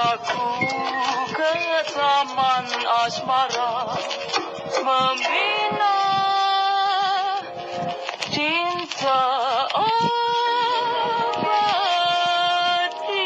Antarku ke taman asmara membina cinta abadi.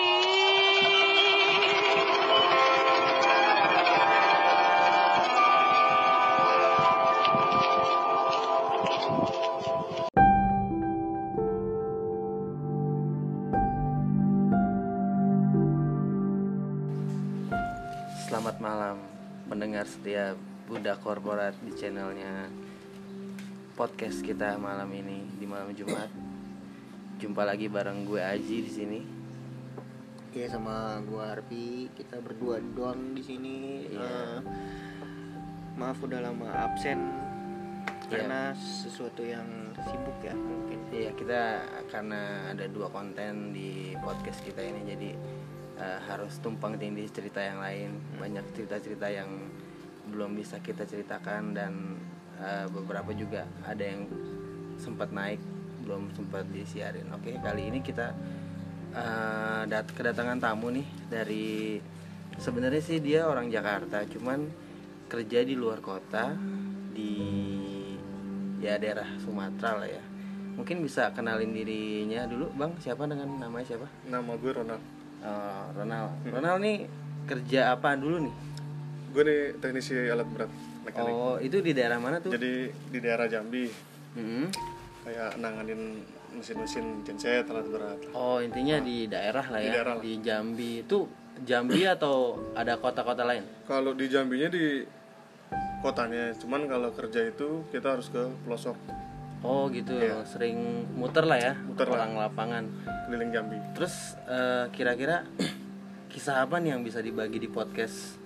Selamat malam pendengar setia Budak Korporat di channelnya podcast kita malam ini di malam Jumat. Jumpa lagi bareng gue Aji di sini. Iya, sama gue Harvey. Kita berdua doang di sini. Iya. Maaf udah lama absen karena sesuatu yang sibuk ya mungkin. Iya, kita karena ada 2 konten di podcast kita ini, jadi harus tumpang tindih cerita yang lain. Banyak cerita-cerita yang belum bisa kita ceritakan, dan beberapa juga ada yang sempat naik belum sempat disiarin. Oke, kali ini kita kedatangan tamu nih dari, sebenarnya sih dia orang Jakarta, cuman kerja di luar kota di ya daerah Sumatera lah ya. Mungkin bisa kenalin dirinya dulu, Bang. Siapa, dengan namanya siapa? Nama gue Ronald. Ronald. Ronald nih kerja apa dulu nih? Gue nih teknisi alat berat mekanik. Oh, itu di daerah mana tuh? Jadi di daerah Jambi. Mm-hmm. Kayak nanganin mesin-mesin genset alat berat. Oh, intinya di daerah lah ya. Di daerah lah. Di Jambi. Itu Jambi atau ada kota-kota lain? Kalau di Jambinya di kotanya, cuman kalau kerja itu kita harus ke pelosok, Oh gitu, Iya. sering muter lah ya, Muter lah. orang lapangan. keliling Jambi. Terus kira-kira kisah apa nih yang bisa dibagi di podcast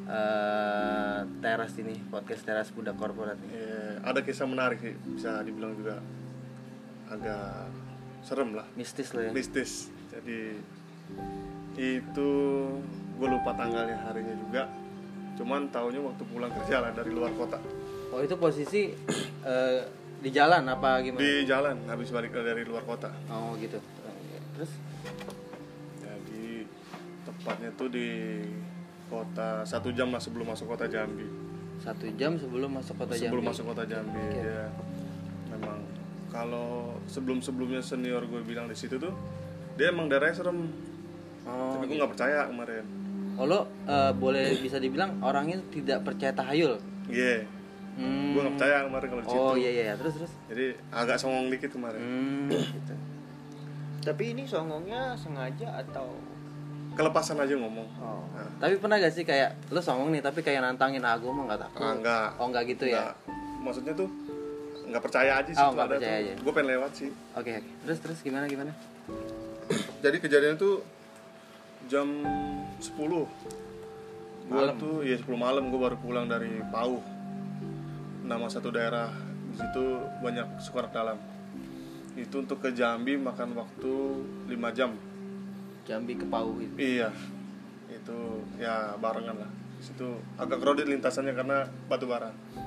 teras ini, podcast teras Budak Korporat nih? Ya, ada kisah menarik sih, bisa dibilang juga agak serem lah, Mistis lah ya. mistis. Jadi itu gue lupa tanggalnya, harinya juga. Cuman taunya waktu pulang kerja lah dari luar kota. Oh, itu posisi di jalan apa gimana? Di jalan habis balik dari luar kota. Oh gitu. Terus? Jadi tepatnya tuh di kota 1 jam lah sebelum masuk kota Jambi. 1 jam sebelum masuk kota Jambi. Sebelum masuk kota Jambi. Oke. Ya, memang kalau sebelumnya senior gue bilang di situ tuh dia emang daerahnya serem. Oh, Tapi gue nggak percaya kemarin. Oh, lo boleh bisa dibilang orangnya tidak percaya tahayul. Iya. Gue nggak percaya kemarin kalau di situ. Oh iya, terus. Jadi agak songong dikit kemarin. Gitu. Tapi ini songongnya sengaja atau Kelepasan aja ngomong. oh. Nah, Tapi pernah gak sih kayak lo songong nih tapi kayak nantangin aku mah nggak takut? enggak. Oh enggak gitu ya? Enggak. Maksudnya tuh nggak percaya aja sih. Oh, nggak percaya aja. Gue pengen lewat sih. Oke. Terus gimana? Jadi kejadian itu jam 10 Malam. Tuh ya 10 malam gue baru pulang dari Pauh. Nama satu daerah di situ banyak suku anak dalam. Itu untuk ke Jambi makan waktu 5 jam. Jambi ke Pauh itu. Iya. Itu ya barengan lah. Situ agak crowded lintasannya karena batu bara.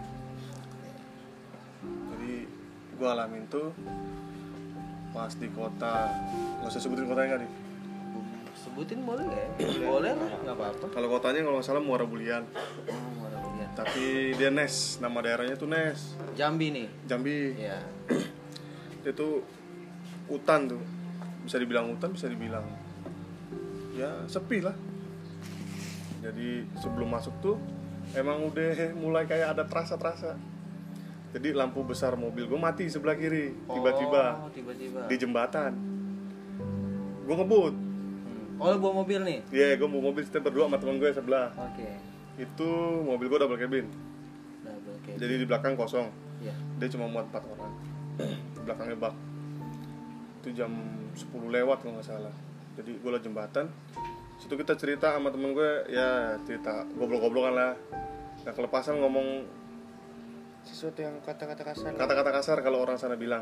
Jadi gue alamin tuh pas di kota, nggak usah sebutin kotanya nggak nih? Sebutin boleh gak ya? Boleh lah, nggak apa-apa. Kalau kotanya kalau nggak salah Muara Bulian. Oh, Muara-Bulian. Tapi dia Nes, nama daerahnya tuh Nes, Jambi nih. Jambi. Iya. Itu hutan tuh, bisa dibilang hutan, bisa dibilang ya sepi lah. Jadi sebelum masuk tuh emang udah mulai kayak ada terasa. Jadi lampu besar mobil gue mati sebelah kiri tiba-tiba Oh, tiba-tiba. di jembatan. Gue ngebut. Oh, lo bawa mobil nih. Iya, gue bawa mobil, kita berdua sama teman gue sebelah. Oke. Itu mobil gue double cabin. Double cabin. Jadi di belakang kosong. Iya. Dia cuma muat 4 orang. Di belakangnya bak. Itu jam 10 lewat kalau nggak salah. Jadi gue lewat jembatan. Situ kita cerita sama temen gue, ya cerita goblok-goblokan lah. Nah, kelepasan ngomong sesuatu yang kata-kata kasar? kata-kata kasar kalau orang sana bilang.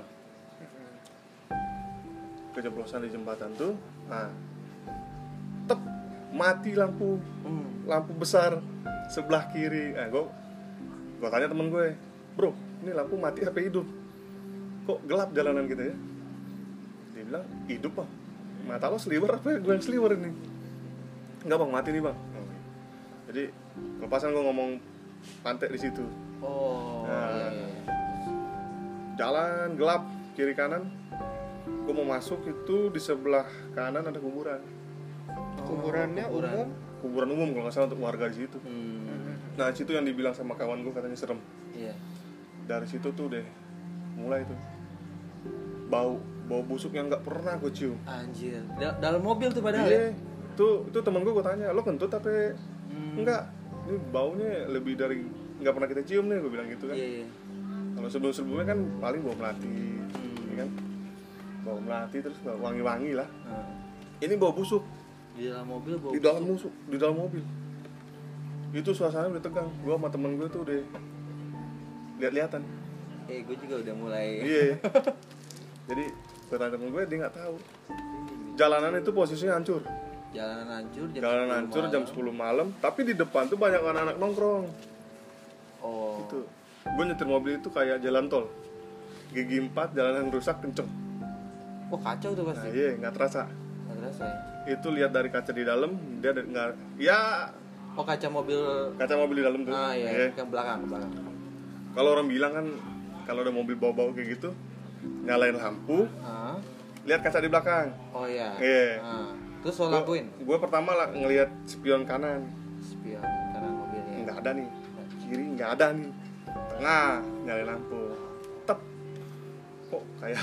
Kejeblosan di jembatan tuh. Nah, tep, mati lampu besar sebelah kiri. Gue tanya temen gue, bro, ini lampu mati apa hidup? Kok gelap jalanan gitu ya? Dia bilang, hidup, Pak. Mata lo seliwer apa gue yang seliwer ini? Enggak bang, mati nih bang. Jadi kelepasan gue ngomong pantai di situ. Oh. Nah. Iya. Jalan gelap kiri kanan. Gue mau masuk itu di sebelah kanan ada kuburan. Kuburannya umum. Kuburan umum kalau nggak salah untuk warga di situ. Nah di situ yang dibilang sama kawan gue katanya serem. Iya. Dari situ tuh deh mulai tuh bau busuk yang nggak pernah gue cium. Anjir. Dalam mobil tuh padahal Iya. ya. Itu teman gue tanya, lo kentut tapi enggak. Ini baunya lebih dari nggak pernah kita cium nih, gue bilang gitu kan. Iya. Kalau sebelumnya kan paling bau melati, ya kan? Bau melati terus bau wangi-wangi lah. Ini bau busuk Di dalam mobil bau. di dalam mobil. Itu suasana udah tegang. Gue sama temen gue tuh udah lihat-lihatan. Gue juga udah mulai. Iya. Jadi gue tanya temen gue, dia nggak tahu. Jalanan itu posisinya hancur. Jalanan Jalanan hancur jam 10 malam. Tapi di depan tuh banyak anak-anak nongkrong. Oh. Itu. Gue nyetir mobil itu kayak jalan tol. Gigi 4, jalanan rusak kenceng. Wah, kacau tuh pasti. Nah iya, nggak terasa. Nggak terasa ya. Itu lihat dari kaca di dalam, dia nggak, ya Oh, kaca mobil. kaca mobil di dalam tuh. Ah iya, Iya. ke belakang. Kalau orang bilang kan, kalau ada mobil bau-bau kayak gitu, nyalain lampu, Ah. lihat kaca di belakang. Oh iya. Iya. Ah. Terus lo lampuin Gue pertama lah ngelihat spion kanan, spion kanan mobilnya. nggak ada nih. Kiri nggak ada nih. Tengah nyalain lampu. Tep. Kok kayak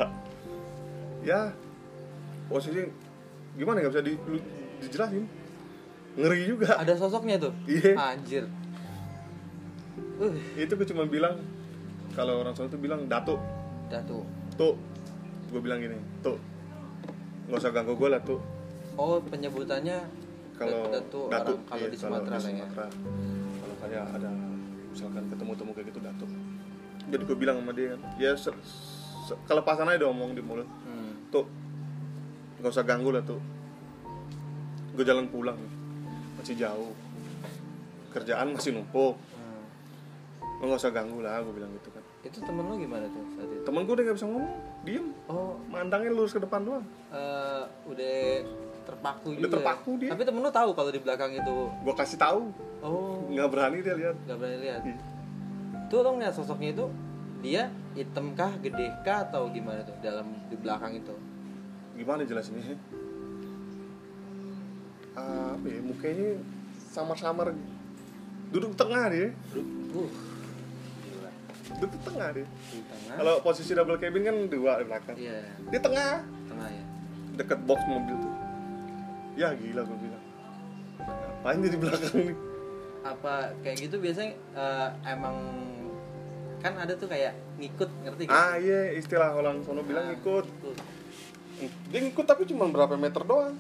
ya posisi gimana, nggak bisa dijelasin. Ngeri juga. Ada sosoknya tuh. Iya. Anjir. Itu gue cuma bilang, kalau orang Solo tuh bilang datuk. Datuk. Tuh, gue bilang gini, tuh nggak usah ganggu gue lah tuh. Oh, penyebutannya Kalau datuk datuk, orang kalau iya, di Sumatera kalau lah di ya. Sumatera. Kalau kayak ada misalkan ketemu kayak gitu datuk. Jadi gue bilang sama dia kan, ya kelepasan aja dia ngomong di mulut. Tuh, nggak usah ganggu lah tuh. Gue jalan pulang, masih jauh. Kerjaan masih numpuk. Lo nggak usah ganggu lah, gue bilang gitu kan. Itu temen lo gimana tuh saat itu? Temen gue udah nggak bisa ngomong, diem. Oh, Mandangnya lurus ke depan doang. udah terpaku Udah juga. terpaku dia. Tapi temen lo tahu kalau di belakang itu. Gue kasih tahu, Oh, nggak berani dia lihat. nggak berani lihat. Iya. Tuh lo ngeliat sosoknya itu, dia hitam kah, gede kah, atau gimana tuh di belakang itu? Gimana jelasinnya? Apa ya, mukanya samar-samar, duduk tengah dia. Gila. Duduk tengah dia. Di tengah. Kalau posisi double cabin kan dua di belakang. Iya, Dia tengah, tengah ya. deket box mobil tuh. Ya gila gue bilang. Ngapain dia di belakang nih? Apa kayak gitu biasanya emang kan ada tuh kayak ngikut, ngerti gak? Ah iya, istilah orang sono bilang ngikut. Dia ngikut tapi cuma berapa meter doang.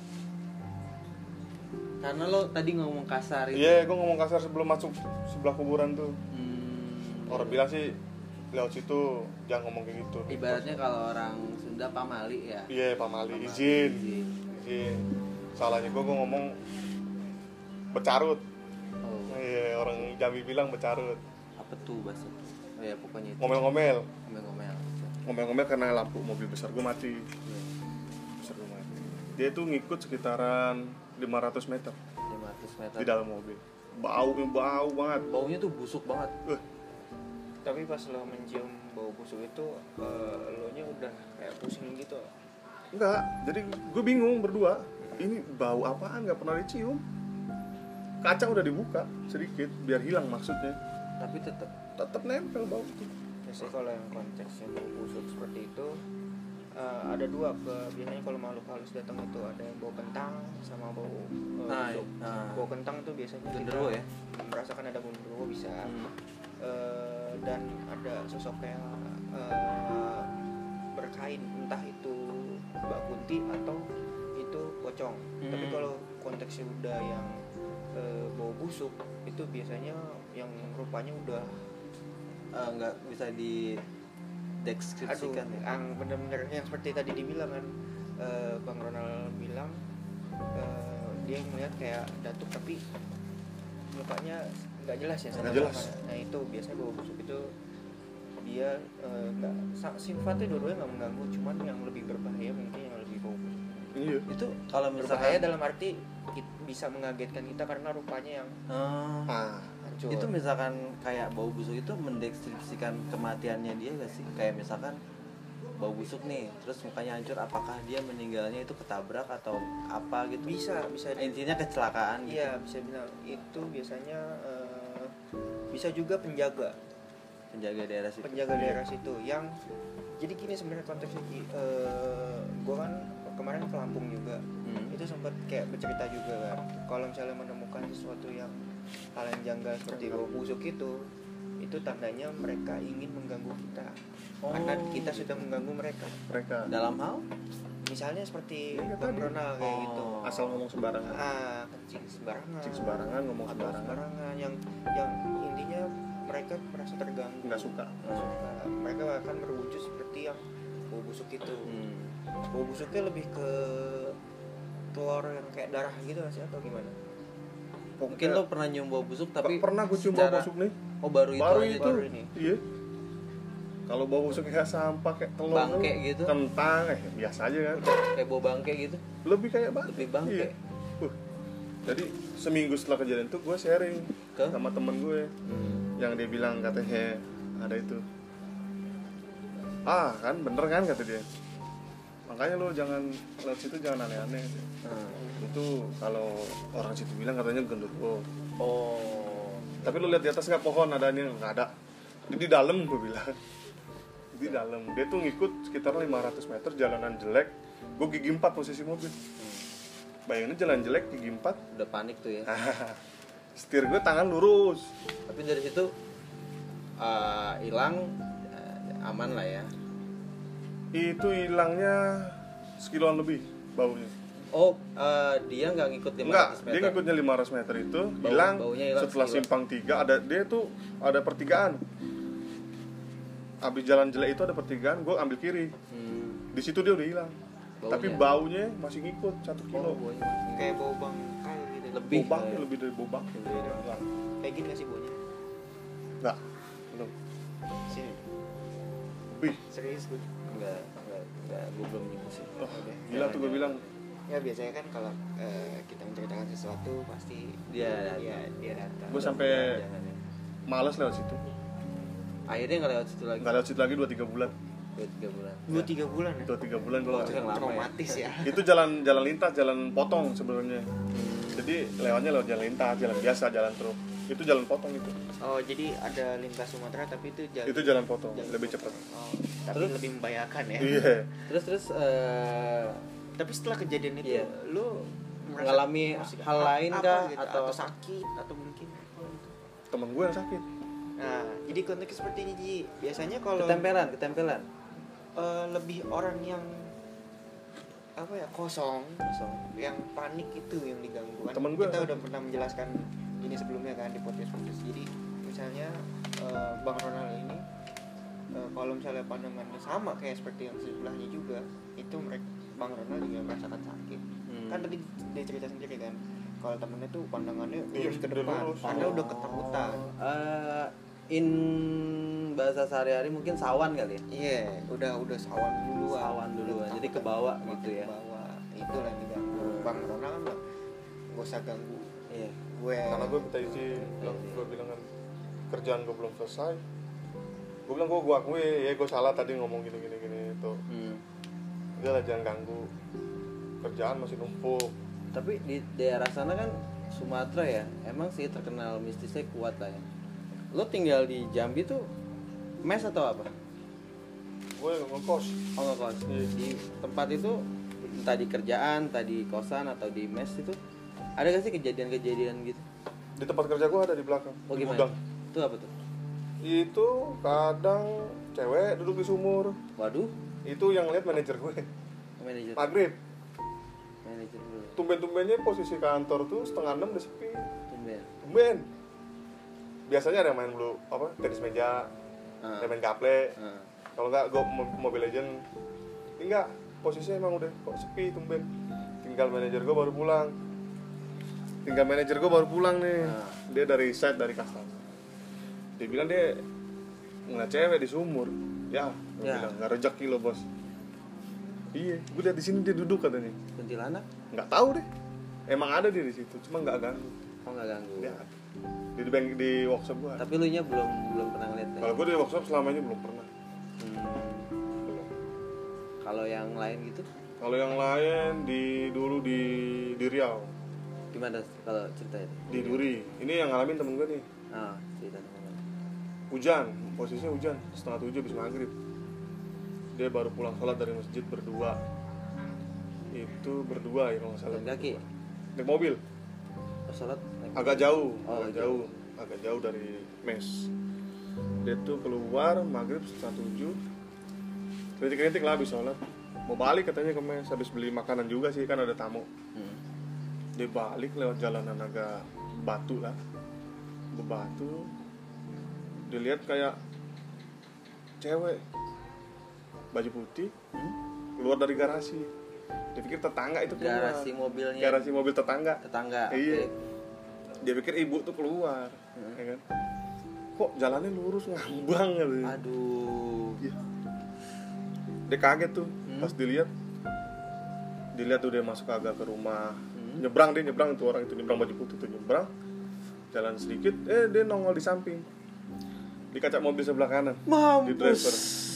Karena lo tadi ngomong kasar itu. Iya, gue ngomong kasar sebelum masuk sebelah kuburan tuh. Orang bilang sih lewat situ jangan ngomong kayak gitu. Ibaratnya kalau orang Sunda pamali ya. Iya, Pak Mali, izin. Salahnya gue ngomong becarut. Oh, Iya, orang Jambi bilang becarut. apa tuh bahasa? Oh ya pokoknya itu. Ngomel-ngomel. Ngomel-ngomel. Ngomel-ngomel karena lampu mobil besar gue mati. Iya. Besar gue mati. Dia tuh ngikut sekitaran 500 meter 500 meter. di dalam mobil. Bau banget. Baunya tuh busuk banget. Tapi pas lo mencium bau busuk itu, lo nya udah kayak pusing gitu. Enggak, jadi gue bingung berdua. Ini bau apaan, nggak pernah dicium. Kaca udah dibuka sedikit biar hilang maksudnya. Tapi Tetap nempel bau itu. Biasanya kalau yang konteksnya bau busuk seperti itu, ada dua. Biasanya kalau makhluk halus datang itu ada yang bau kentang sama bau busuk. Bau kentang tuh biasanya genderuwo ya. merasakan ada genderuwo bisa. Dan ada sosok kayak berkain, entah itu Mbak Kunti atau itu pocong. Tapi kalau konteksnya udah yang bau busuk itu biasanya yang rupanya udah nggak bisa dideskripsikan ya. Yang benar-benar yang seperti tadi dibilang kan, Bang Ronald bilang dia melihat kayak datuk tapi mukanya nggak jelas ya. Nggak jelas. Nah itu biasanya bau busuk itu dia nggak sifatnya dua-duanya nggak mengganggu, cuman yang lebih berbahaya mungkin yang lebih bau busuk. Iya. Itu kalau Berbahaya misalkan dalam arti bisa mengagetkan kita karena rupanya yang hancur. itu misalkan kayak bau busuk itu mendeskripsikan kematiannya dia gak sih? Kayak misalkan bau busuk nih, terus mukanya hancur, apakah dia meninggalnya itu ketabrak atau apa gitu? bisa Intinya kecelakaan gitu. iya bisa bilang itu biasanya bisa juga penjaga Penjaga daerah situ. Yang jadi gini sebenarnya konteksnya gue kan kemarin ke Lampung juga. Itu sempat kayak bercerita juga kan kalau misalnya menemukan sesuatu yang hal yang janggal seperti bau busuk itu tandanya mereka ingin mengganggu kita karena kita sudah mengganggu mereka Dalam hal misalnya seperti Ya, Bang tadi. Ronald kayak gitu Asal ngomong sembarangan. kencing sembarangan Cik sembarangan, ngomong atau sembarangan. yang intinya mereka merasa terganggu Nggak suka. mereka akan berwujud seperti yang bau busuk itu. Bau busuknya lebih ke keluar yang kayak darah gitu nggak sih atau gimana? mungkin lo pernah nyium bau busuk tapi pernah gue cium bau secara- busuk nih. baru itu Baru aja itu. tuh. baru ini. Iya. Kalau bau busuk kayak sampah, kayak telur, Bangke gitu. kentang, biasa aja kan. Kayak bau bangke gitu. Lebih kayak bangke. Lebih bangke. Iya. Jadi seminggu setelah kejadian itu gue sharing Ke? sama temen gue yang dia bilang katanya ada itu. Kan bener kan kata dia. Makanya lo jangan lewat situ jangan aneh-aneh. Itu kalau orang situ bilang katanya genderuwo. Tapi lo lihat di atas nggak pohon adanya nggak ada. Di dalam gue bilang. Di dalam. Dia tuh ngikut sekitar 500 meter jalanan jelek. Gue gigi 4 posisi mobil. Bayangin jalan jelek gigi 4. Udah panik tuh ya. Setir gue tangan lurus. Tapi dari situ hilang aman lah ya. Itu hilangnya sekiloan lebih baunya. Dia nggak ngikut 500 Enggak, meter. dia ngikutnya 500 meter itu hilang baunya hilang setelah sekilo. simpang 3 dia tuh ada pertigaan. Abis jalan jelek itu ada pertigaan, gue ambil kiri. Di situ dia udah hilang. Baunya. Tapi baunya masih ngikut 1 kilo. Baunya. Kayak bau bangkai gitu. Lebih. Bau bangke lebih dari bau bangke. Kayak gini nggak sih baunya? Enggak. Belum. Sini. Lebih. Serius gue. Enggak, gue belum nyium sih. Gila tuh gue bilang. Ya biasanya kan kalau kita menceritakan sesuatu pasti Dia datang. Gue sampai Jangan ya. males lewat situ. Akhirnya nggak lewat situ lagi. Enggak lewat situ lagi 2-3 bulan. 2-3 bulan. 2-3 bulan ya. 2-3 bulan gue Itu yang lama ya. Traumatis ya. itu jalan lintas, jalan potong sebenarnya. Jadi lewatnya lewat jalan lintas, jalan biasa, jalan truk. Itu jalan potong itu. Oh, jadi ada lintas Sumatera tapi itu jalan Itu jalan potong, lebih cepat. Oh, tapi Terus? lebih membahayakan ya. Iya. Terus Tapi setelah kejadian itu Iya. lu Mengalami merasa hal lain apa kah? gitu? Atau- Atau sakit atau mungkin Temen gue yang sakit. nah jadi konteks seperti ini Ji. Biasanya kalau ketempelan. lebih orang yang apa ya kosong yang panik itu yang diganggu kan. Temen gue Kita yang udah pernah menjelaskan ini sebelumnya kan di podcast. Jadi misalnya Bang Ronald ini kalau misalnya pandangannya sama kayak seperti yang sebelahnya juga, itu mereka Bang Ronald juga merasakan sakit. Kan tadi dia cerita sendiri kan, kalau temennya tuh pandangannya lurus ke udah depan, lurus. karena udah ketakutan. In bahasa sehari-hari mungkin sawan kali ya. Iya, udah sawan duluan. Sawan duluan, Udah jadi ketakutan, kebawa makin gitu ya. kebawa. Itu lah yang diganggu. Bang Ronald kan bilang, gak usah ganggu Iya. gue. Karena gue minta izin, gue bilang kan kerjaan gue belum selesai. Gue bilang gue akui ya gue salah tadi ngomong gini itu. Udah lah jangan ganggu. Kerjaan masih numpuk. Tapi di daerah sana kan Sumatera ya, emang sih terkenal mistisnya kuat lah ya. Lo tinggal di Jambi tuh mes atau apa? Gue ngekos. Oh nggak kos. Di tempat itu entah di kerjaan, entah di kosan atau di mes itu ada gak sih kejadian-kejadian gitu? Di tempat kerja gue ada di belakang. Oh Di gimana? gudang. Itu apa tuh? Itu kadang cewek duduk di sumur. Waduh, Itu yang lihat manajer gue. manajer. Maghrib. Manajer dulu. Tumben-tumbennya posisi kantor tuh 5:30 udah sepi. Tumben. Tumben. Biasanya ada yang main dulu apa? Tenis meja, ada yang main gaple. Kalau enggak gue Mobile Legend. Enggak, posisinya emang udah kok sepi tumben. Tinggal manajer gue baru pulang. nih. Dia dari site dari customer. Dia bilang dia ngeliat cewek di sumur. Ya, gue bilang enggak rezeki lo, Bos. Iya, gue lihat di sini dia duduk katanya. Kuntilanak? Nggak tahu deh. Emang ada dia di situ, cuma nggak ganggu. Oh nggak ganggu. Dia ada. Di workshop gue. Tapi lu nya belum pernah ngeliat ya? Kalau gue di workshop selama ini belum pernah. Hmm. Kalau yang lain gitu? Kalau yang lain dulu di Riau, Gimana kalau ceritanya? di Duri. Ini yang ngalamin temen gue nih. Ah, cerita teman. Hujan, posisinya hujan, 6:30 habis maghrib. Dia baru pulang sholat dari masjid berdua. Itu berdua ya kalau nggak salah. Jalan kaki? Naik mobil. Oh, sholat naik Agak jauh, Oh, agak jauh dari mes. Dia tuh keluar maghrib 6:30. Kritik-kritik lah habis sholat. Mau balik katanya ke mes, habis beli makanan juga sih, kan ada tamu. Dia balik lewat jalanan agak batu lah, bebatu. Dilihat kayak cewek baju putih keluar dari garasi. Dia pikir tetangga itu keluar. Garasi mobilnya. Garasi mobil tetangga. Oke. Iya. Dia pikir ibu tuh keluar, ya kan? Kok jalannya lurus ngambang katanya. Aduh. Iya. Dia kaget tuh pas dilihat tuh dia masuk agak ke rumah. Nyebrang tuh orang itu, nyebrang baju putih tuh nyebrang. Jalan sedikit, dia nongol di samping. Di kaca mobil sebelah kanan. Mampus. Di driver.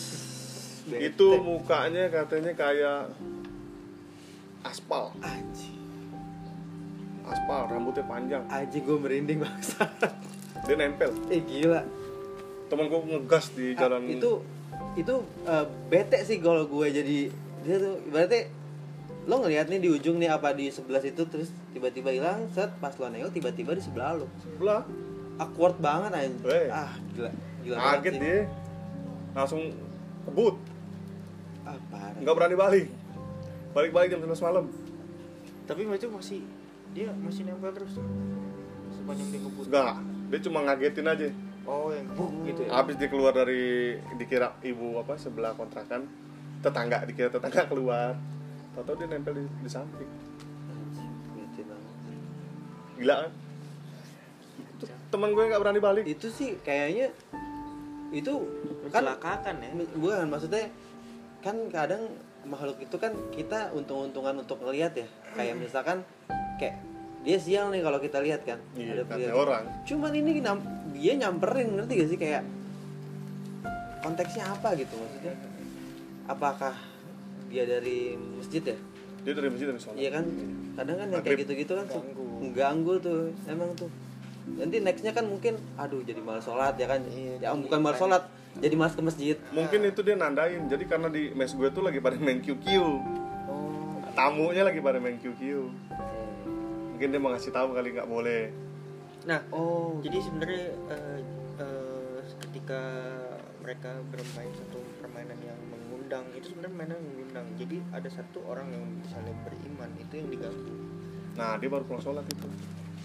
Itu mukanya katanya kayak aspal. Anjing. Aspal, rambutnya panjang. Anjing gue merinding bangsa. Dia nempel. Gila. Temen gue ngegas di jalan. Itu bete sih kalau gue jadi dia tuh berarti lo ngelihat nih di ujung nih apa di sebelah situ terus tiba-tiba hilang set pas lo nengok tiba-tiba di sebelah lo. Sebelah. Awkward banget anjing. Weh. Gila Kaget banget sih. dia. Langsung kebut. Parah. Nggak berani balik. Balik jam 11 malam. Tapi itu dia masih nempel terus sepanjang dia ngebut. Enggak, dia cuma ngagetin aja. Oh, yang buk gitu ya. Habis dia keluar dari dikira ibu sebelah kontrakan, dikira tetangga keluar. Tahu-tahu dia nempel di samping. Anjing, bete banget. Gila kan? Teman gue nggak berani balik. Itu sih kayaknya itu kan Mencelakakan ya. bukan maksudnya kan kadang makhluk itu kan kita untung-untungan untuk ngelihat ya. Kayak misalkan kayak dia sial nih kalau kita lihat kan. Iya, Ada katanya pilihan. orang. Cuman ini dia nyamperin, ngerti gak sih kayak konteksnya apa gitu maksudnya? Apakah dia dari masjid ya? Dia dari masjid dari sholat. Iya kan? Kadang kan yang kayak gitu-gitu kan mengganggu tuh emang tuh. Nanti nextnya kan mungkin aduh jadi malas sholat ya kan? Ya bukan malas sholat, jadi malas ke masjid. Mungkin itu dia nandain. Jadi karena di mes gue tuh lagi pada main QQ. Oh, Tamunya lagi pada main QQ. Mungkin dia mau ngasih tahu kali nggak boleh. Nah, oh, jadi sebenarnya ketika mereka bermain satu permainan yang mengundang, itu sebenarnya permainan yang mengundang. Jadi ada satu orang yang misalnya beriman itu yang diganggu. Nah, dia baru pulang sholat itu.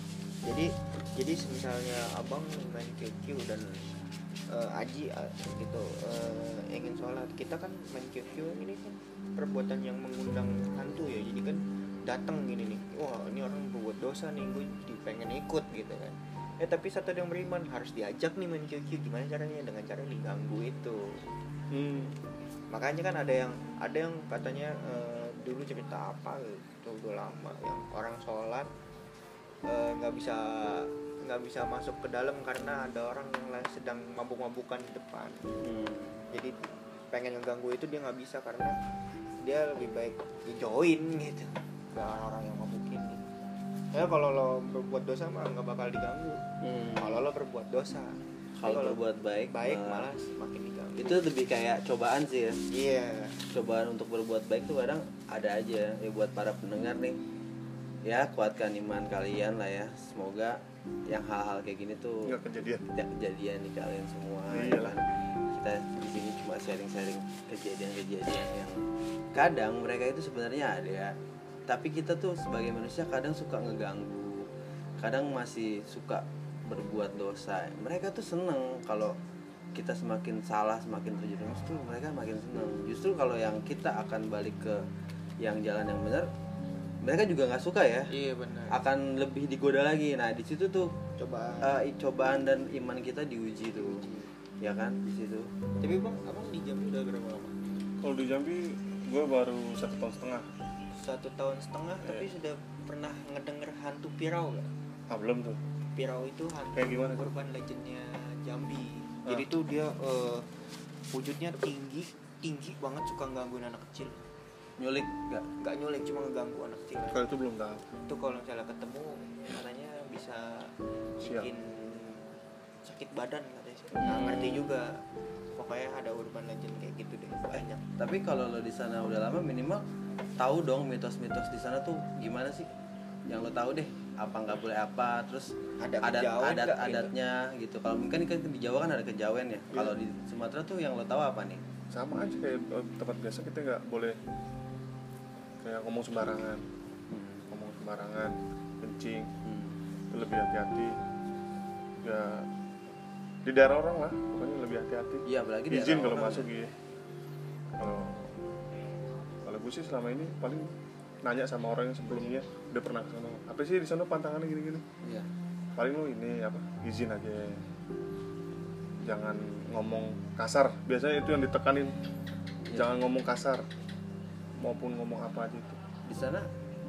Jadi misalnya abang main QQ dan Aji gitu ingin sholat, kita kan main QQ ini kan perbuatan yang mengundang hantu ya. Jadi kan datang gini nih, wah ini orang berbuat dosa nih, gue jadi pengen ikut gitu kan. Tapi satu yang beriman harus diajak nih main QQ. Gimana caranya? Dengan cara diganggu itu. Makanya kan ada yang katanya dulu cerita apa gitu udah lama, yang orang sholat nggak bisa masuk ke dalam karena ada orang yang sedang mabuk-mabukan di depan. Jadi pengen ngeganggu itu dia nggak bisa karena dia lebih baik join gitu ke orang yang mabukin. Ya kalau lo berbuat dosa mah nggak bakal diganggu. Kalau lo berbuat dosa, kalau berbuat baik malah semakin diganggu. itu lebih kayak cobaan sih ya. Iya. Cobaan untuk berbuat baik tuh kadang ada aja ya buat para pendengar nih. Ya kuatkan iman kalian lah ya. Semoga yang hal-hal kayak gini tuh Nggak kejadian. tidak kejadian di kalian semua. Iyalah. Ya kan? Kita di sini cuma sharing-sharing kejadian-kejadian yang kadang mereka itu sebenarnya ada, tapi kita tuh sebagai manusia kadang suka ngeganggu, kadang masih suka berbuat dosa. Mereka tuh seneng kalau kita semakin salah, semakin terjerumus tuh mereka makin seneng. Justru kalau yang kita akan balik ke yang jalan yang benar, mereka juga nggak suka ya. Iya benar. Akan lebih digoda lagi. Nah di situ tuh Cobaan dan iman kita diuji tuh, ya kan di situ. Tapi abang di Jambi udah berapa lama? Kalau di Jambi Gue baru 1,5 tahun. 1,5 tahun, tapi sudah pernah ngedenger hantu Pirau gak? Belum tuh. Pirau itu hantu Kayak gimana tuh? urban legendnya Jambi. Jadi tuh dia wujudnya tinggi banget, suka gangguin anak kecil. Nyulik Nggak nyulik, cuma ngeganggu anak kecil. Kalau itu belum tahu. Itu kalau misalnya ketemu katanya bisa Siap. bikin sakit badan katanya sih. Nggak ngerti juga. Pokoknya ada urban legend kayak gitu deh, banyak. Tapi kalau lo di sana udah lama, minimal tahu dong mitos-mitos di sana tuh gimana sih? Yang lo tahu deh, apa nggak boleh apa, terus Ada kejawen nggak adat-adatnya gitu. Kalau mungkin kan di Jawa kan ada kejawen ya. Kalau di Sumatera tuh yang lo tahu apa nih? Sama aja kayak tempat biasa, kita nggak boleh kayak ngomong sembarangan, kencing, itu lebih hati-hati. Ya di daerah orang lah, pokoknya lebih hati-hati. Iya, apalagi di izin daerah kalau orang. masuk gitu. Kalau gue sih selama ini paling nanya sama orang yang sebelumnya udah pernah ke sana, apa sih di sana pantangannya gini-gini. Iya. Paling lo ini apa, izin aja, jangan ngomong kasar. Biasanya itu yang ditekanin, jangan ngomong kasar maupun ngomong apa aja itu. Di sana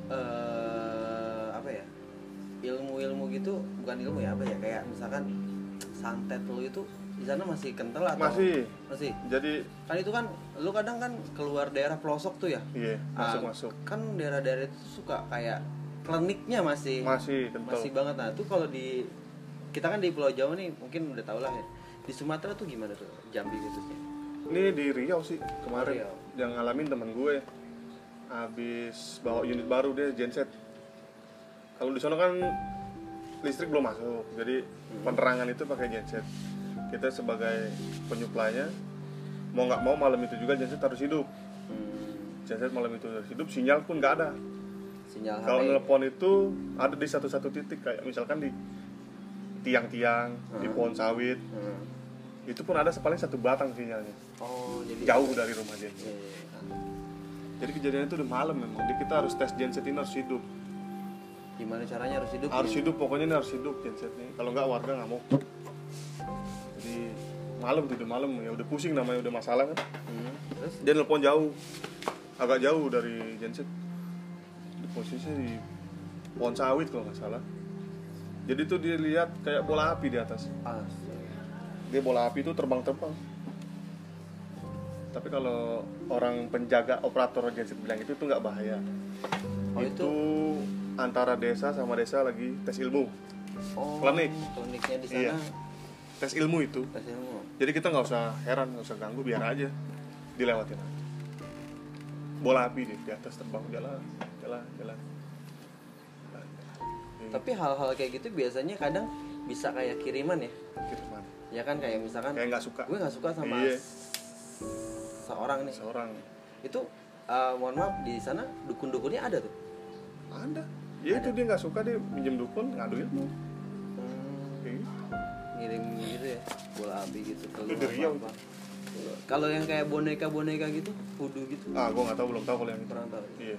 apa ya, ilmu gitu, bukan ilmu ya, apa ya, kayak misalkan santet lo itu di sana masih kental atau Masih. Jadi kan itu kan lu kadang kan keluar daerah pelosok tuh ya. iya, masuk Kan daerah-daerah itu suka kayak kliniknya masih kental. masih banget. Nah itu kalau di kita kan di Pulau Jawa nih mungkin udah tau lah ya. Di Sumatera tuh gimana tuh, Jambi khususnya? Ini di Riau sih kemarin. Riau. Yang ngalamin temen gue habis bawa unit baru, dia genset. Kalau di sana kan listrik belum masuk, jadi penerangan itu pakai genset. Kita sebagai penyuplainya mau nggak mau malam itu juga genset harus hidup. Genset malam itu harus hidup, sinyal pun nggak ada. Sinyal HP. Kalau nelpon itu ada di satu-satu titik, kayak misalkan di tiang-tiang, di pohon sawit. Itu pun ada paling satu batang sinyalnya. Oh, jadi Jauh dari rumah dia. Iya. Jadi kejadiannya itu udah malam memang. Jadi kita harus tes genset ini harus hidup. Gimana caranya harus hidup? Harus ya? hidup, pokoknya ini harus hidup gensetnya. Kalau nggak warga nggak mau. Jadi malam tuh, udah malam ya udah pusing namanya, udah masalah kan. Terus Dia nelpon jauh, agak jauh dari genset. Di posisinya di pohon sawit kalau nggak salah. Jadi tuh dia lihat kayak bola api di atas. Dia bola api itu terbang-terbang. Tapi kalau orang penjaga operator genset bilang itu tuh nggak bahaya. Oh, itu antara desa sama desa lagi tes ilmu. Kliniknya di sana. Iya. Tes ilmu itu. Tes ilmu. Jadi kita nggak usah heran, nggak usah ganggu, biar aja dilewatin aja. Bola api di atas terbang, jalan. Tapi hal-hal kayak gitu biasanya kadang bisa kayak kiriman ya. Kiriman. Ya kan, kayak misalkan Kayak nggak suka. gue nggak suka sama Iya. seorang nih. Seorang. Itu mohon maaf, di sana dukun-dukunnya ada tuh. Ada. Ya itu dia nggak suka, dia minjem dukun, ngadu ilmu. Kayak gitu. Ngirim gitu ya, bola api gitu ke Itu dari Riau. Kalau yang kayak boneka gitu, voodoo gitu, Gue nggak tahu, belum tahu kalau yang itu. kurang tahu. Iya.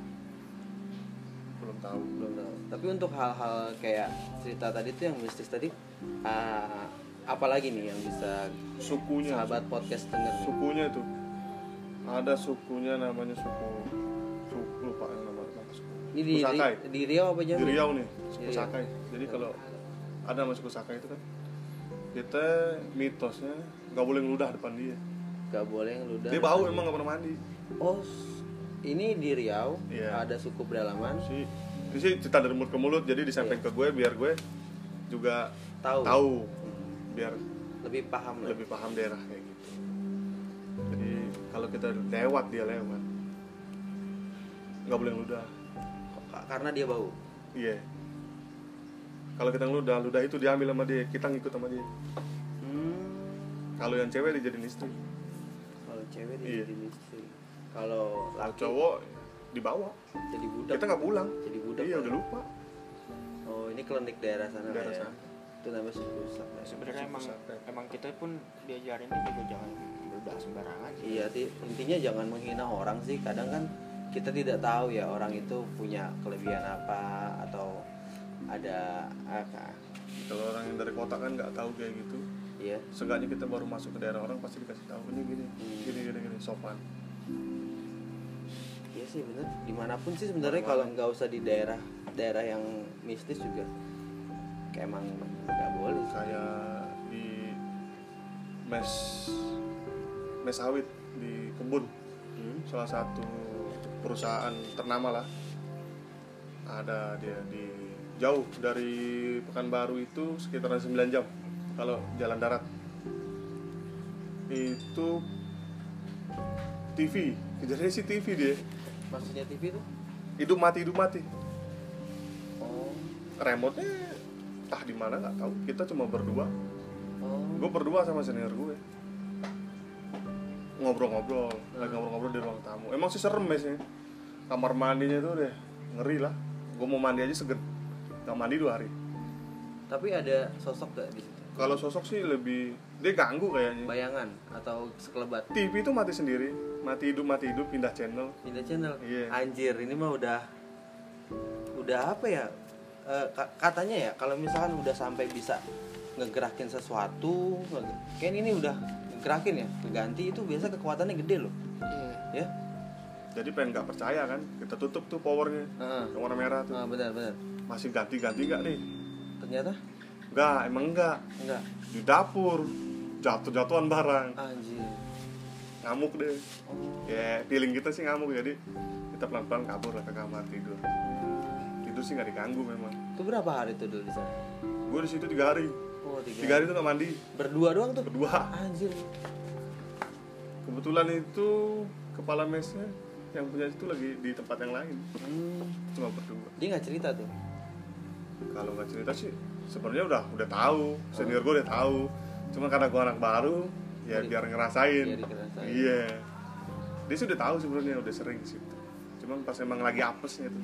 Belum tahu. Belum tahu. Tapi untuk hal-hal kayak cerita tadi tuh yang mistis tadi, apalagi nih yang bisa Sukunya. sahabat podcast denger nih? Sukunya itu. Ada sukunya namanya suku lupa nama suku. Ini Suku Sakai. di Riau apa Di Jambi? Riau nih, suku Riau. Sakai. Jadi kalau ada nama suku Sakai itu kan, kita mitosnya nggak boleh ngeludah depan dia. Gak boleh ngeludah. Dia bau, emang nggak pernah mandi. Oh, ini di Riau Iya. ada suku pedalaman. Ini sih cerita dari mulut ke mulut, jadi disampaikan ke gue biar gue juga tahu. Biar Lebih paham lah. lebih paham daerah kayak gitu. Jadi kalau kita lewat, dia lewat, nggak boleh ngeludah. Karena dia bau. Iya. Kalau kita ngeludah itu diambil sama dia, kita ngikut sama dia. Kalau yang cewek dijadiin istri. Kalau cewek Iya. jadi istri. Kalau Kalau laki cowok dibawa. jadi budak. Kita nggak pulang. Jadi budak. Iya, lah. udah lupa. Oh, ini klinik daerah sana. Daerah ya. sana. Itu namanya suku Sakai. Sebenarnya Susah. emang kita pun diajarin juga jangan berudah sembarangan sih. Iya, intinya jangan menghina orang sih. Kadang kan kita tidak tahu ya orang itu punya kelebihan apa atau ada apa. Kalau orang yang dari kota kan nggak tahu kayak gitu. Iya. Seenggaknya kita baru masuk ke daerah orang pasti dikasih tahu ini gini, gini, sopan. sih bener, dimanapun sih sebenarnya kalau nggak usah di daerah yang mistis juga kayak emang nggak boleh sih. Kayak di mes sawit di kebun, salah satu perusahaan ternama lah, ada dia di jauh dari Pekanbaru itu sekitar 9 jam kalau jalan darat. Itu TV, kejadiannya sih TV dia. Maksudnya TV tuh? Hidup mati. Oh. Remote-nya entah di mana nggak tahu. Kita cuma berdua. Oh. Gue berdua sama senior gue. Ngobrol-ngobrol, lagi ngobrol-ngobrol di ruang tamu. Emang sih serem mesnya. Kamar mandinya tuh deh ngeri lah. Gue mau mandi aja segen. Gak mandi 2 hari. Tapi ada sosok gak di situ? Kalau sosok sih lebih dia ganggu kayaknya. Bayangan atau sekelebat? TV itu mati sendiri, mati hidup, pindah channel. Pindah channel. Iya. Anjir, ini mah udah apa ya? Katanya ya kalau misalkan udah sampai bisa ngegerakin sesuatu, kayak ini udah ngegerakin ya, keganti itu biasa kekuatannya gede loh. Iya. Ya? Jadi pengen nggak percaya kan, kita tutup tuh powernya, yang warna merah tuh. Benar. Masih ganti nggak nih? Ternyata Emang enggak. enggak. Di dapur jatuhan barang, Anjir. ngamuk deh. Oh. Ya feeling kita sih ngamuk, jadi kita pelan-pelan kabur lah ke kamar tidur sih nggak diganggu memang. Itu berapa hari tuh dulu di sana? Gue di situ 3 hari. Oh, 3 hari tuh nggak mandi. Berdua doang tuh? Berdua. Anjir. Kebetulan itu kepala mesnya yang punya itu lagi di tempat yang lain. Cuma berdua. Dia nggak cerita tuh? Kalau nggak cerita sih sebenarnya udah tahu, senior gue udah tahu. Cuma karena gue anak baru, ya biar ngerasain. Iya. Dia sih udah tahu sebenarnya, udah sering sih. Cuman pas emang lagi apesnya tuh.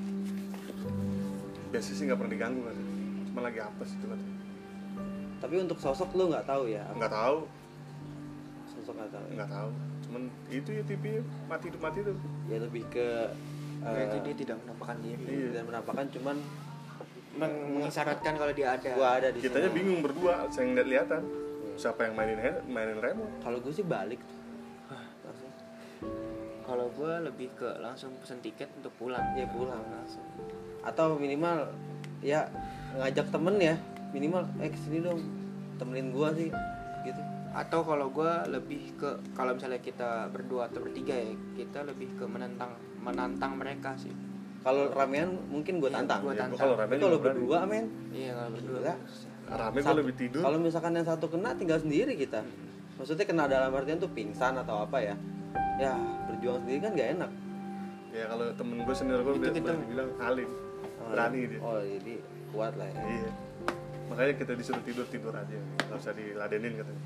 Biasanya sih nggak pernah diganggu kan. Cuma lagi apes itu kan. Tapi untuk sosok lu nggak tahu ya? Nggak tahu. Sosok nggak tahu. Ya? Nggak tahu. Cuman itu ya TV mati tuh. Ya lebih ke Berarti dia tidak menampakkan diri. Iya. dan menampakkan cuman Mengisyaratkan kalau dia ada. gua ada di Kitanya sini. bingung berdua, saya ngeliat-lihatan. Siapa yang mainin remote? Kalau gue sih balik tuh. Langsung. Kalau gue lebih ke langsung pesen tiket untuk pulang. Ya pulang langsung. Atau minimal ya ngajak temen ya, minimal kesini dong, temenin gua sih gitu. Atau kalau gue lebih ke, kalau misalnya kita berdua atau bertiga ya, kita lebih ke menantang mereka sih. Kalau ramean mungkin gua Iya, tantang. gua Ya, tantang. kalau Tapi rame kalau juga berani. berdua men, Iya, kalau berdua. gila. Rame gue lebih tidur. Kalau misalkan yang satu kena tinggal sendiri kita. Maksudnya kena dalam artian tuh pingsan atau apa ya? Ya berjuang sendiri kan gak enak. Ya kalau temen gue senior gue Itu kita- bilang alim, berani dia. Oh jadi kuat lah ya. Iya. Makanya kita disuruh tidur aja, nggak usah diladenin katanya.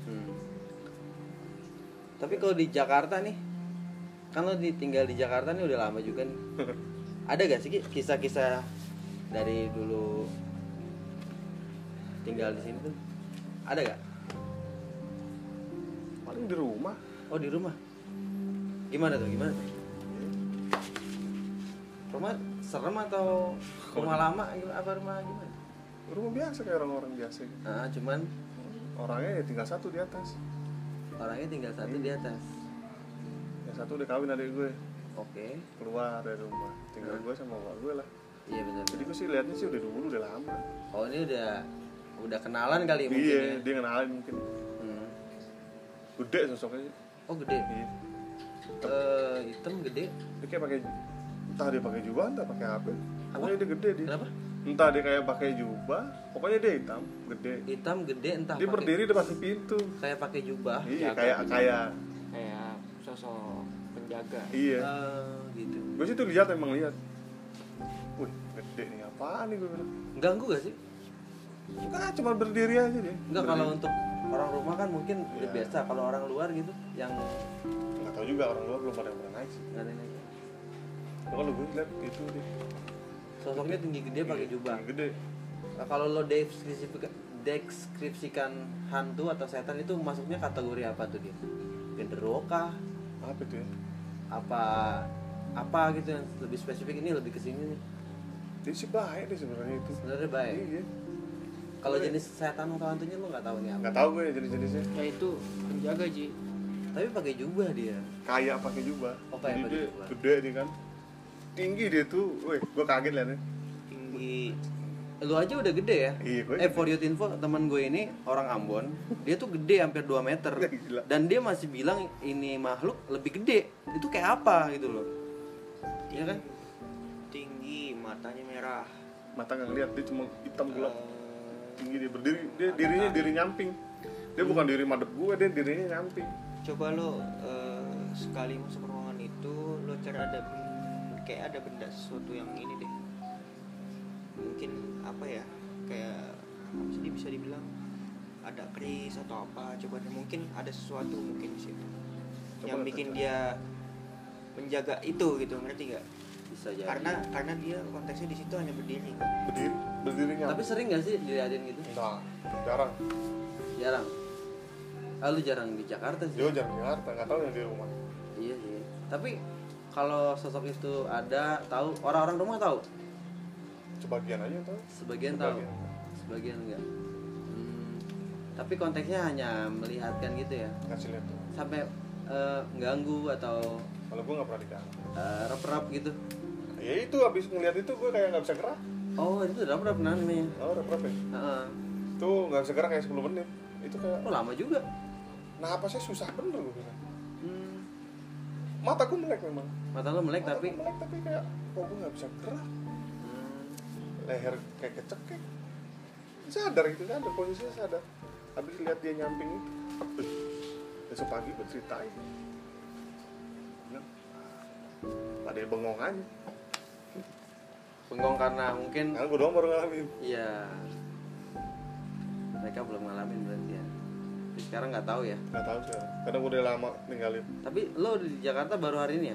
Tapi kalau di Jakarta nih, kan lo tinggal di Jakarta nih udah lama juga nih. Ada gak sih Ki, kisah-kisah dari dulu tinggal di sini tuh? Ada gak? Paling di rumah. Oh di rumah. Gimana tuh? Rumah serem atau rumah lama? Apa rumah gimana? Rumah biasa kayak orang-orang biasa. Nah, cuman Orangnya ya tinggal satu di atas. orangnya tinggal satu di atas. Yang satu udah kawin adik gue, Oke. keluar dari rumah. Tinggal gue sama bapak gue lah. Iya benar. Jadi gue sih liatnya sih udah dulu, udah lama. Oh ini udah kenalan kali mungkin Iya, ya. dia kenalin mungkin. Gede sosoknya. Oh gede. Iya. Hitam gede. Dia kayak pakai, entah dia pakai jubah, entah pakai apa. Pokoknya dia gede dia. Kenapa? Entah dia kayak pakai jubah, pokoknya dia hitam, gede. Hitam gede entah. Dia pakai- berdiri depan pintu. kayak pakai jubah. Iya, jaga. kayak Kayak sosok penjaga. iya. Gitu. Gue sih tuh emang lihat. Wih, gede nih, apaan nih gue bilang. Ganggu gak sih? Enggak, cuma berdiri aja dia. Enggak, kalau untuk orang rumah kan mungkin udah Iya. biasa. Kalau orang luar gitu yang Enggak tahu juga, orang luar belum pada yang pernah naik sih. nggak ada yang- Kalau gue lihat itu dia. sosoknya tinggi gede pakai Iya, jubah. Gede. Nah, kalau lo deskripsikan hantu atau setan itu masuknya kategori apa tuh dia? Genderuwo kah? Apa itu ya? Apa gitu yang lebih spesifik, ini lebih kesini nih. Dia sih baik deh sebenarnya itu. Sebenarnya baik. Iya. Kalau jenis setan atau hantunya lo nggak tahu nih apa. Enggak tahu gue jenis-jenisnya. Ya itu penjaga Ji. Tapi pakai jubah dia. Kayak pakai jubah. Oh, kayak Jadi pakai dia jubah. gede dia kan. tinggi dia tuh, weh, gue kaget liatnya. Tinggi. Lu aja udah gede ya? Iya, gue For your info, teman gue ini orang Ambon, dia tuh gede hampir 2 meter. Gila. Dan dia masih bilang ini makhluk lebih gede. Itu kayak apa gitu loh. Iya kan? Tinggi, matanya merah. Mata nggak ngeliat, dia cuma hitam gelap. Eh, Tinggi dia berdiri, dia dirinya diri nyamping. Dia bukan diri madep gue, dia dirinya nyamping. Coba lo sekali masuk ruangan itu lo cari ada kayak ada benda sesuatu yang ini deh, mungkin apa ya, kayak apa sih bisa dibilang ada keris atau apa, coba deh, mungkin ada sesuatu mungkin di situ yang bikin dia menjaga itu gitu, ngerti gak? Bisa jadi. Karena dia konteksnya di situ hanya berdiri. Berdiri nyamping. Tapi sering gak sih diliatin gitu? Enggak, jarang. Jarang. Ah, lu jarang di Jakarta sih. Dia jarang di Jakarta, nggak tahu yang di rumah. Iya sih. Tapi kalau sosok itu ada, tahu orang-orang rumah tahu? Sebagian aja tahu. Sebagian tahu. Sebagian enggak. Tapi konteksnya hanya melihatkan gitu ya. Ngasih lihat tuh. Sampai ganggu atau Kalau gue nggak pernah diganggu. rep-rep gitu. Ya itu abis ngeliat itu gue kayak nggak bisa gerak. Oh, itu rep-rep namanya. Oh, rep-rep ya. Heeh. Tuh nggak bisa gerak kayak 10 menit. Itu kayak Oh, lama juga. napasnya susah bener gue bilang. Mataku melek memang. Mata lu melek Mataku tapi melek tapi kayak kok gue nggak bisa gerak. Leher kayak kecekek. Sadar gitu, sadar posisinya sadar. Habis lihat dia nyamping itu. Besok pagi gue ceritain. Bilang, pada bengong aja. bengong karena mungkin Kan gue doang baru ngalamin. iya. Mereka belum ngalamin berarti ya. Tapi sekarang nggak tahu ya. Nggak tahu sih. Karena gue udah lama ninggalin. Tapi lo di Jakarta baru hari ini ya?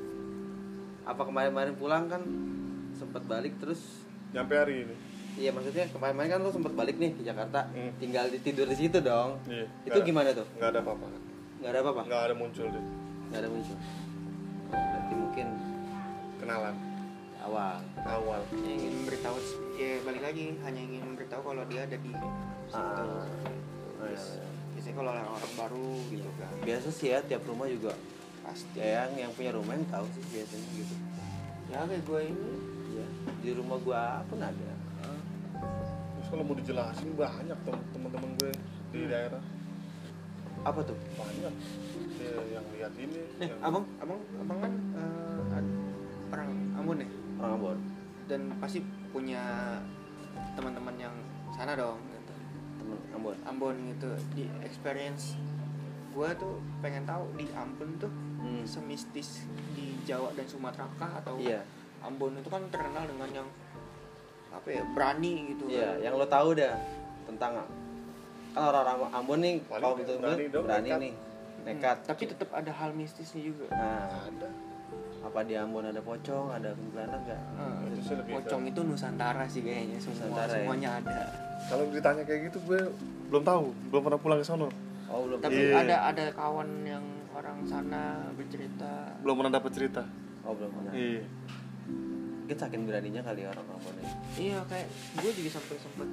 Apa kemarin-kemarin pulang kan sempat balik terus? Nyampe hari ini. Iya, maksudnya kemarin-kemarin kan lo sempat balik nih di Jakarta, tinggal tidur di situ dong. Iya. Itu gimana tuh? Nggak ada apa-apa. Nggak ada apa-apa? Nggak ada muncul deh. Nggak ada muncul. Berarti mungkin Kenalan awal. awal. Hanya ingin memberitahu, ya balik lagi, hanya ingin memberitahu kalau dia ada di situ. Oh, iya, Terus, iya. biasanya kalau orang baru gitu kan Biasa sih ya, tiap rumah juga pasti yang punya rumah yang tahu sih biasanya gitu. ya kayak gue ini Iya, di rumah gua pun ada. Terus kalau mau dijelasin banyak teman-teman gue di daerah Apa tuh? banyak. Dia yang lihat ini. nih yang... abang kan orang Ambon ya, Orang Ambon. dan pasti punya teman-teman yang sana dong gitu. Temen Ambon. Ambon gitu, di experience gue tuh pengen tahu di Ambon tuh semistis di Jawa dan Sumatera kah, atau Iya. Ambon itu kan terkenal dengan yang apa ya, berani gitu Iya, kan. yang lo tahu dah tentang kan orang-orang Ambon nih Paling kalau betul berani dong, berani nekat. nih, nekat. Tapi tetap ada hal mistisnya juga. Nah, ada. apa di Ambon ada pocong, ada kuntilanak nggak? Itu sih lebih Pocong itu Nusantara sih kayaknya, Nusantara ya? semuanya ada. Kalau ditanya kayak gitu gue belum tahu, belum pernah pulang ke sono. Oh belum. Tapi Iya. ada kawan yang orang sana bercerita. Belum pernah dapat cerita. Oh belum pernah. Iya. Mungkin saking beraninya kali ya orang Ambon ini. Iya, kayak gue juga sampai sempet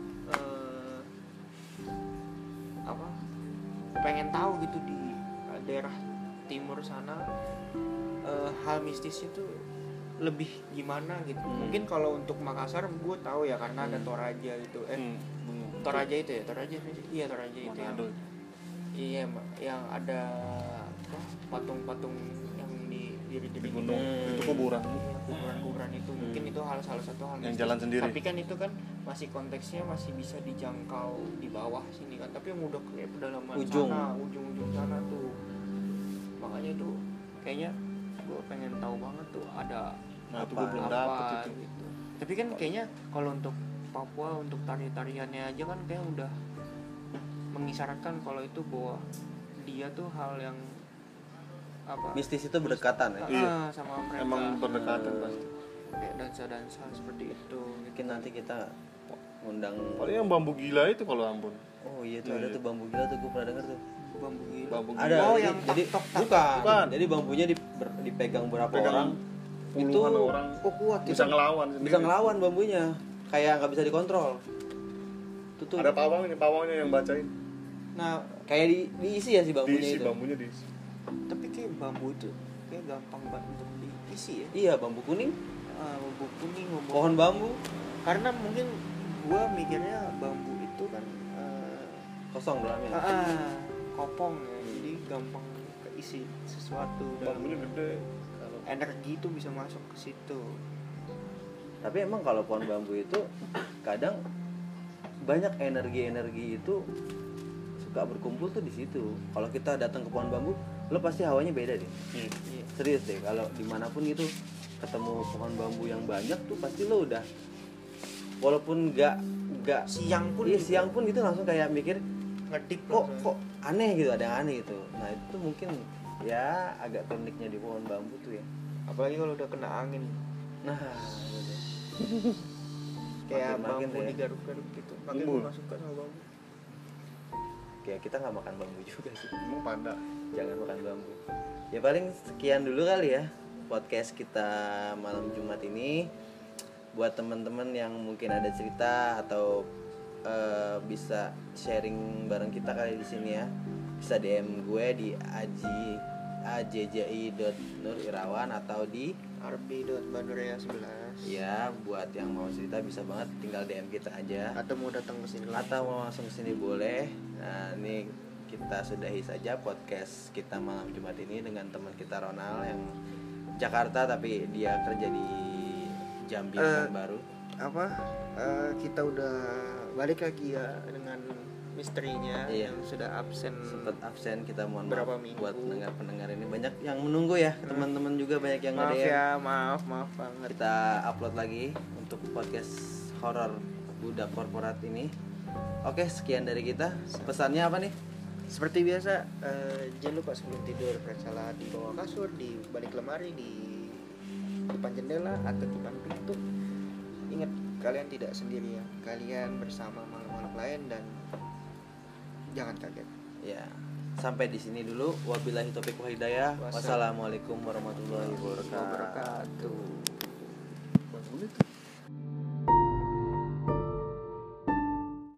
apa, pengen tahu gitu di daerah timur sana hal mistis itu lebih gimana gitu. Mungkin kalau untuk Makassar gue tahu ya, karena ada Toraja gitu. Toraja itu ya, Toraja. Iya, Toraja itu yang, Manado. iya, yang ada apa, patung-patung yang Di gunung itu kuburan. kuburan itu. Mungkin itu salah satu hal Yang mistis. jalan sendiri. Tapi kan itu kan masih konteksnya masih bisa dijangkau di bawah sini kan. Tapi yang udah kayak pedalaman Ujung. sana, ujung sana tuh. Makanya tuh kayaknya gue pengen tahu banget tuh ada Nah, itu gue belum dapet itu. gitu. Tapi kan kayaknya kalau untuk Papua, untuk tarian-tariannya aja kan kayak udah mengisyaratkan kalau itu bahwa dia tuh hal yang apa, Mistis itu berdekatan ya. Iya. sama mereka. Emang berdekatan pasti. Kayak dansa-dansa seperti itu gitu. Mungkin nanti kita undang. Paling yang bambu gila itu kalau Ambon. Oh iya tuh ada tuh bambu gila tuh, gue pernah denger tuh. Bambu gila. Bambu gila. Ada. Oh, jadi, yang jadi tok-tok-tok. bukan. Jadi bambunya dipegang berapa Pegang orang. Itu puluhan orang Oh, kuat bisa itu. ngelawan sendiri. bisa ngelawan bambunya. Kayak nggak bisa dikontrol. Itu tuh Ada pawangnya yang bacain. Nah, kayak diisi ya si bambunya Diisi itu. bambunya diisi. tapi kayak bambu itu kayak gampang banget untuk diisi ya. Iya, bambu kuning. bambu kuning, bambu Pohon bambu karena mungkin gua mikirnya bambu itu kan kosong dalamnya. kopong ya, jadi gampang keisi sesuatu dalam bambunya gede kalau energi itu bisa masuk ke situ. Tapi emang kalau pohon bambu itu kadang banyak energi itu suka berkumpul tuh di situ. Kalau kita datang ke pohon bambu, lo pasti hawanya beda deh. Iya. Serius deh, kalau dimanapun gitu ketemu pohon bambu yang banyak tuh pasti lo udah, walaupun nggak Siang pun iya juga siang pun gitu langsung kayak mikir ngedip kok aneh gitu, ada yang aneh gitu. Nah itu mungkin ya agak uniknya di pohon bambu tuh ya. apalagi kalau udah kena angin Nah gitu. kayak Makin bambu ya. digaruk-garuk gitu. Makanya Embun. gue gak suka sama bambu. Kayak kita nggak makan bambu juga sih. emang pada Jangan makan bambu. Ya paling sekian dulu kali ya podcast kita malam Jumat ini. Buat teman-teman yang mungkin ada cerita atau bisa sharing bareng kita kali di sini ya, bisa DM gue di ajji.nurirawan atau di rb.bandurea11 ya, buat yang mau cerita bisa banget tinggal DM kita aja atau mau datang ke sini atau mau langsung kesini boleh. Nah ini kita sudahi saja podcast kita malam Jumat ini dengan teman kita Ronald yang Jakarta tapi dia kerja di Jambi baru. kita udah balik lagi ya dengan misterinya Iya. yang sudah absen Sempat absen, kita mohon Berapa maaf minggu. buat pendengar ini, banyak yang menunggu ya, teman-teman juga banyak yang maaf nge-DM. ya maaf banget. Kita upload lagi untuk podcast horor budak korporat ini. Oke, sekian dari kita. Pesannya apa nih? Seperti biasa, jangan lupa sebelum tidur periksalah di bawah kasur, di balik lemari, di depan jendela atau depan pintu. Ingat, kalian tidak sendirian, kalian bersama makhluk-makhluk lain dan jangan kaget. Ya, sampai di sini dulu. Wabillahi taufiq wal hidayah. Wassalamualaikum warahmatullahi wabarakatuh. Wabarakatuh. bambu itu